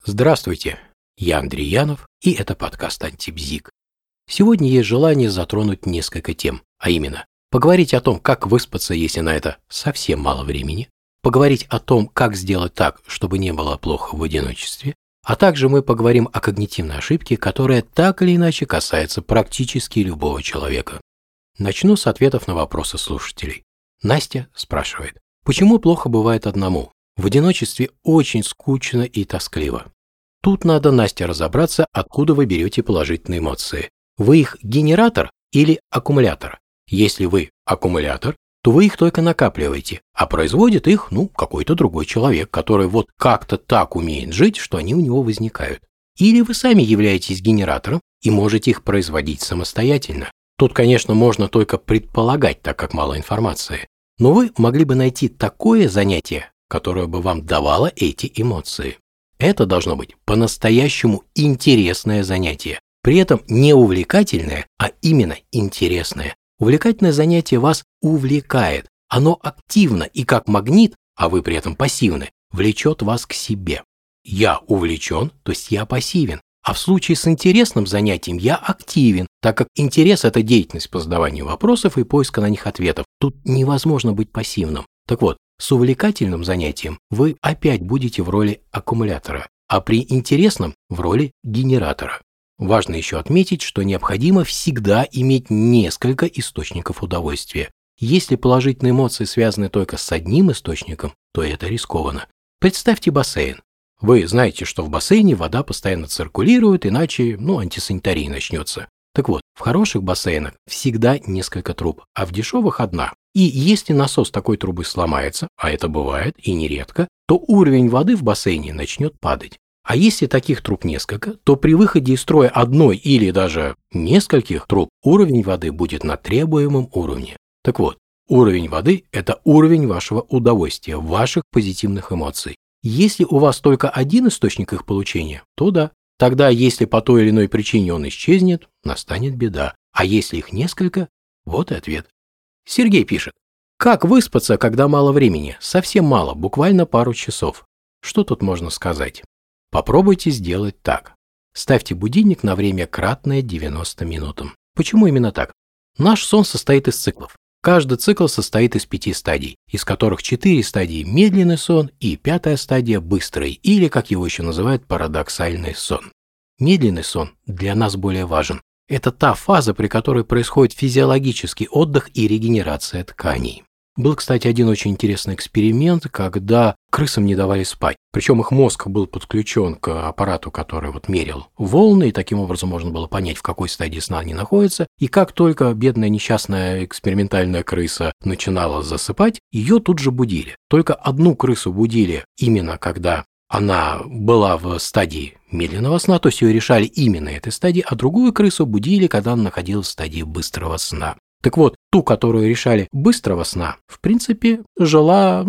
Здравствуйте, я Андрей Янов, и это подкаст «Антибзик». Сегодня есть желание затронуть несколько тем, а именно поговорить о том, как выспаться, если на это совсем мало времени, поговорить о том, как сделать так, чтобы не было плохо в одиночестве, а также мы поговорим о когнитивной ошибке, которая так или иначе касается практически любого человека. Начну с ответов на вопросы слушателей. Настя спрашивает, почему плохо бывает одному? В одиночестве очень скучно и тоскливо. Тут надо, Настя, разобраться, откуда вы берете положительные эмоции. Вы их генератор или аккумулятор? Если вы аккумулятор, то вы их только накапливаете, а производит их, какой-то другой человек, который вот как-то так умеет жить, что они у него возникают. Или вы сами являетесь генератором и можете их производить самостоятельно. Тут, конечно, можно только предполагать, так как мало информации. Но вы могли бы найти такое занятие, которое бы вам давало эти эмоции. Это должно быть по-настоящему интересное занятие. При этом не увлекательное, а именно интересное. Увлекательное занятие вас увлекает. Оно активно и как магнит, а вы при этом пассивны, влечет вас к себе. Я увлечен, то есть я пассивен. А в случае с интересным занятием я активен, так как интерес – это деятельность по задаванию вопросов и поиска на них ответов. Тут невозможно быть пассивным. Так вот, с увлекательным занятием вы опять будете в роли аккумулятора, а при интересном – в роли генератора. Важно еще отметить, что необходимо всегда иметь несколько источников удовольствия. Если положительные эмоции связаны только с одним источником, то это рискованно. Представьте бассейн. Вы знаете, что в бассейне вода постоянно циркулирует, иначе, антисанитария начнется. Так вот, в хороших бассейнах всегда несколько труб, а в дешевых одна. И если насос такой трубы сломается, а это бывает и нередко, то уровень воды в бассейне начнет падать. А если таких труб несколько, то при выходе из строя одной или даже нескольких труб уровень воды будет на требуемом уровне. Так вот, уровень воды – это уровень вашего удовольствия, ваших позитивных эмоций. Если у вас только один источник их получения, то да. Тогда, если по той или иной причине он исчезнет, настанет беда. А если их несколько, вот и ответ. Сергей пишет. Как выспаться, когда мало времени? Совсем мало, буквально пару часов. Что тут можно сказать? Попробуйте сделать так. Ставьте будильник на время кратное 90 минутам. Почему именно так? Наш сон состоит из циклов. Каждый цикл состоит из 5 стадий, из которых 4 стадии медленный сон и 5-я стадия быстрый, или, как его еще называют, парадоксальный сон. Медленный сон для нас более важен. Это та фаза, при которой происходит физиологический отдых и регенерация тканей. Был, кстати, один очень интересный эксперимент, когда крысам не давали спать. Причем их мозг был подключен к аппарату, который мерил волны, и таким образом можно было понять, в какой стадии сна они находятся. И как только бедная несчастная экспериментальная крыса начинала засыпать, ее тут же будили. Только одну крысу будили именно когда она была в стадии медленного сна, то есть ее решали именно этой стадии, а другую крысу будили, когда она находилась в стадии быстрого сна. Так вот, ту, которую решали быстрого сна, в принципе, жила,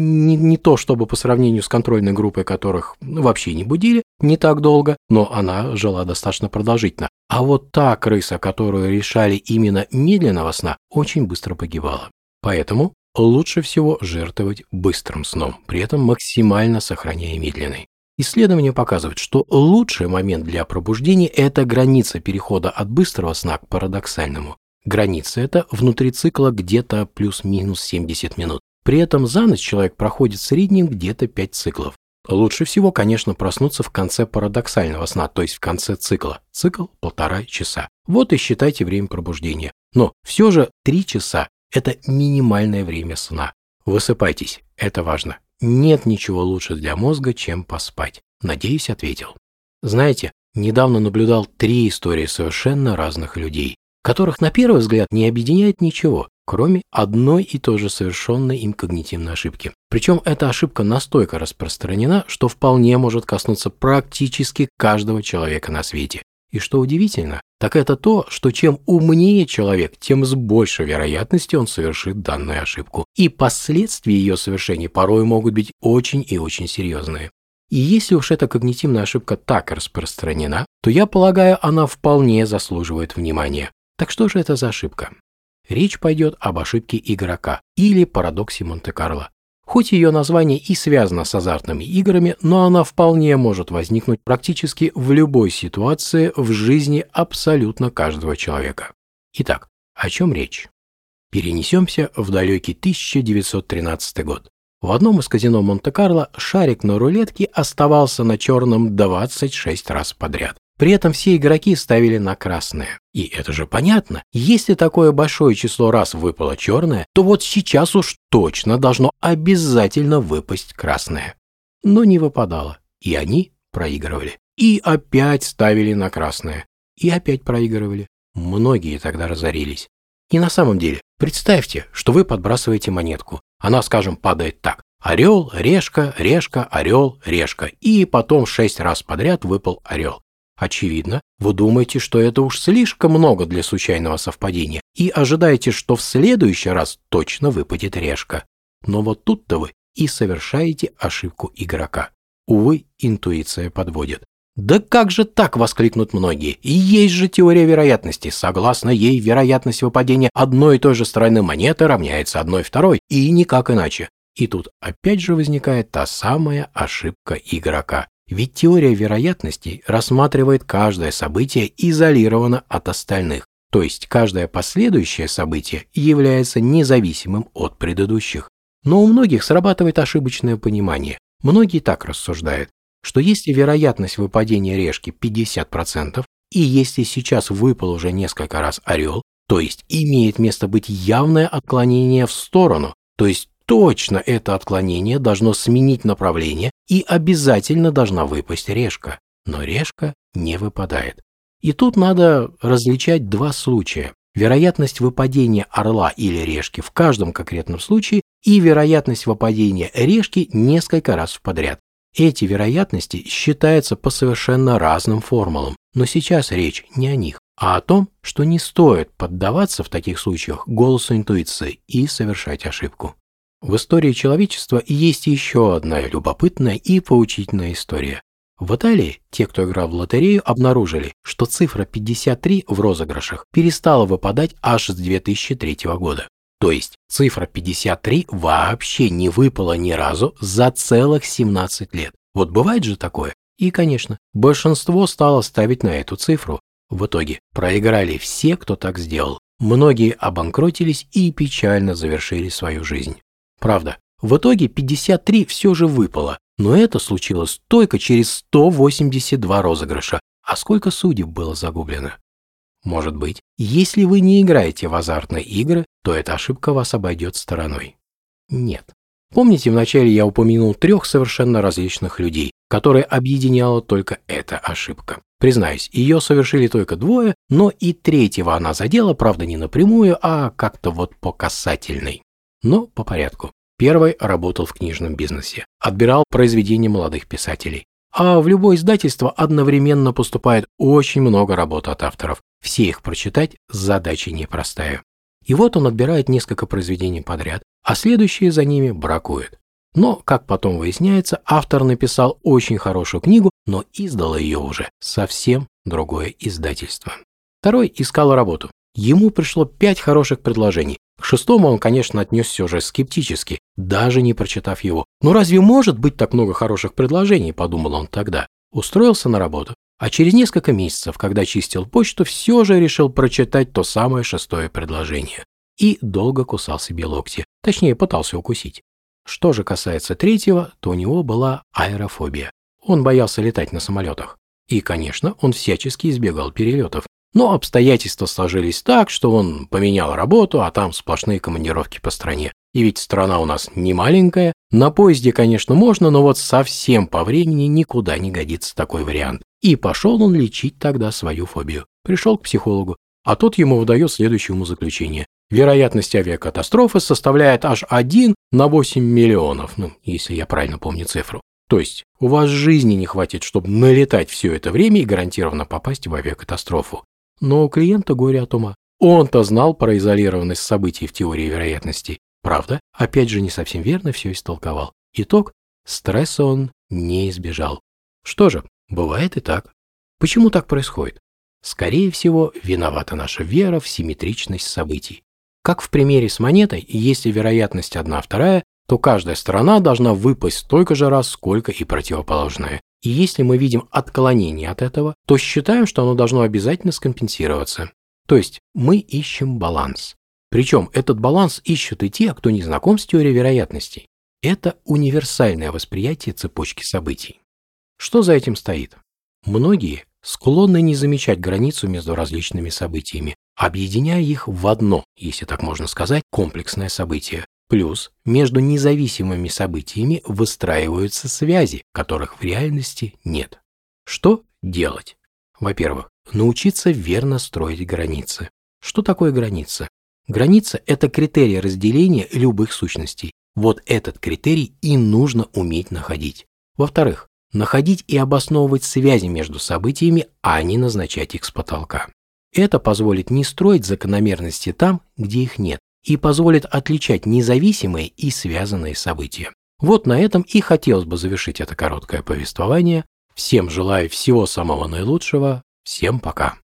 не то чтобы по сравнению с контрольной группой, которых вообще не будили, не так долго, но она жила достаточно продолжительно. А вот та крыса, которую решали именно медленного сна, очень быстро погибала. Поэтому лучше всего жертвовать быстрым сном, при этом максимально сохраняя медленный. Исследования показывают, что лучший момент для пробуждения – это граница перехода от быстрого сна к парадоксальному. Граница это внутри цикла где-то плюс-минус 70 минут. При этом за ночь человек проходит в среднем где-то 5 циклов. Лучше всего, конечно, проснуться в конце парадоксального сна, то есть в конце цикла. Цикл 1,5 часа. Вот и считайте время пробуждения. Но все же 3 часа – это минимальное время сна. Высыпайтесь, это важно. Нет ничего лучше для мозга, чем поспать. Надеюсь, ответил. Знаете, недавно наблюдал 3 истории совершенно разных людей, которых на первый взгляд не объединяет ничего, кроме одной и той же совершенной им когнитивной ошибки. Причем эта ошибка настолько распространена, что вполне может коснуться практически каждого человека на свете. И что удивительно, так это то, что чем умнее человек, тем с большей вероятностью он совершит данную ошибку. И последствия ее совершения порой могут быть очень и очень серьезные. И если уж эта когнитивная ошибка так распространена, то я полагаю, она вполне заслуживает внимания. Так что же это за ошибка? Речь пойдет об ошибке игрока или парадоксе Монте-Карло. Хоть ее название и связано с азартными играми, но она вполне может возникнуть практически в любой ситуации в жизни абсолютно каждого человека. Итак, о чем речь? Перенесемся в далекий 1913 год. В одном из казино Монте-Карло шарик на рулетке оставался на черном 26 раз подряд. При этом все игроки ставили на красное. И это же понятно. Если такое большое число раз выпало черное, то вот сейчас уж точно должно обязательно выпасть красное. Но не выпадало. И они проигрывали. И опять ставили на красное. И опять проигрывали. Многие тогда разорились. И на самом деле, представьте, что вы подбрасываете монетку. Она, скажем, падает так. Орел, решка, решка, орел, решка. И потом 6 раз подряд выпал орел. Очевидно, вы думаете, что это уж слишком много для случайного совпадения и ожидаете, что в следующий раз точно выпадет решка. Но вот тут-то вы и совершаете ошибку игрока. Увы, интуиция подводит. «Да как же так?» — воскликнут многие. «Есть же теория вероятности. Согласно ей, вероятность выпадения одной и той же стороны монеты равняется 1/2, и никак иначе». И тут опять же возникает та самая ошибка игрока. Ведь теория вероятностей рассматривает каждое событие изолированно от остальных, то есть каждое последующее событие является независимым от предыдущих. Но у многих срабатывает ошибочное понимание. Многие так рассуждают, что если вероятность выпадения решки 50%, и если сейчас выпал уже несколько раз орел, то есть имеет место быть явное отклонение в сторону, то есть точно это отклонение должно сменить направление и обязательно должна выпасть решка. Но решка не выпадает. И тут надо различать два случая. Вероятность выпадения орла или решки в каждом конкретном случае и вероятность выпадения решки несколько раз подряд. Эти вероятности считаются по совершенно разным формулам, но сейчас речь не о них, а о том, что не стоит поддаваться в таких случаях голосу интуиции и совершать ошибку. В истории человечества есть еще одна любопытная и поучительная история. В Италии те, кто играл в лотерею, обнаружили, что цифра 53 в розыгрышах перестала выпадать аж с 2003 года. То есть цифра 53 вообще не выпала ни разу за целых 17 лет. Вот бывает же такое? И, конечно, большинство стало ставить на эту цифру. В итоге проиграли все, кто так сделал. Многие обанкротились и печально завершили свою жизнь. Правда, в итоге 53 все же выпало, но это случилось только через 182 розыгрыша. А сколько судеб было загублено? Может быть, если вы не играете в азартные игры, то эта ошибка вас обойдет стороной. Нет. Помните, вначале я упомянул 3 совершенно различных людей, которые объединяла только эта ошибка. Признаюсь, ее совершили только 2, но и 3-го она задела, правда, не напрямую, а как-то вот по касательной. Но по порядку. Первый работал в книжном бизнесе, отбирал произведения молодых писателей. А в любое издательство одновременно поступает очень много работ от авторов. Все их прочитать задача непростая. И вот он отбирает несколько произведений подряд, а следующие за ними бракует. Но, как потом выясняется, автор написал очень хорошую книгу, но издало ее уже совсем другое издательство. Второй искал работу. Ему пришло 5 хороших предложений. К 6-му он, конечно, отнесся уже скептически, даже не прочитав его. «Ну разве может быть так много хороших предложений?» – подумал он тогда. Устроился на работу, а через несколько месяцев, когда чистил почту, все же решил прочитать то самое 6-е предложение. И долго кусал себе локти, точнее пытался укусить. Что же касается 3-го, то у него была аэрофобия. Он боялся летать на самолетах. И, конечно, он всячески избегал перелетов. Но обстоятельства сложились так, что он поменял работу, а там сплошные командировки по стране. И ведь страна у нас не маленькая. На поезде, конечно, можно, но вот совсем по времени никуда не годится такой вариант. И пошел он лечить тогда свою фобию. Пришел к психологу, а тот ему выдает следующее заключение. Вероятность авиакатастрофы составляет аж 1 на 8 миллионов, если я правильно помню цифру. То есть у вас жизни не хватит, чтобы налетать все это время и гарантированно попасть в авиакатастрофу. Но у клиента горе от ума. Он-то знал про изолированность событий в теории вероятностей. Правда, опять же не совсем верно все истолковал. Итог – стресса он не избежал. Что же, бывает и так. Почему так происходит? Скорее всего, виновата наша вера в симметричность событий. Как в примере с монетой, если вероятность 1/2, то каждая сторона должна выпасть столько же раз, сколько и противоположная. И если мы видим отклонение от этого, то считаем, что оно должно обязательно скомпенсироваться. То есть мы ищем баланс. Причем этот баланс ищут и те, кто не знаком с теорией вероятностей. Это универсальное восприятие цепочки событий. Что за этим стоит? Многие склонны не замечать границу между различными событиями, объединяя их в одно, если так можно сказать, комплексное событие. Плюс между независимыми событиями выстраиваются связи, которых в реальности нет. Что делать? Во-первых, научиться верно строить границы. Что такое граница? Граница – это критерий разделения любых сущностей. Вот этот критерий и нужно уметь находить. Во-вторых, находить и обосновывать связи между событиями, а не назначать их с потолка. Это позволит не строить закономерности там, где их нет, и позволит отличать независимые и связанные события. Вот на этом и хотелось бы завершить это короткое повествование. Всем желаю всего самого наилучшего. Всем пока.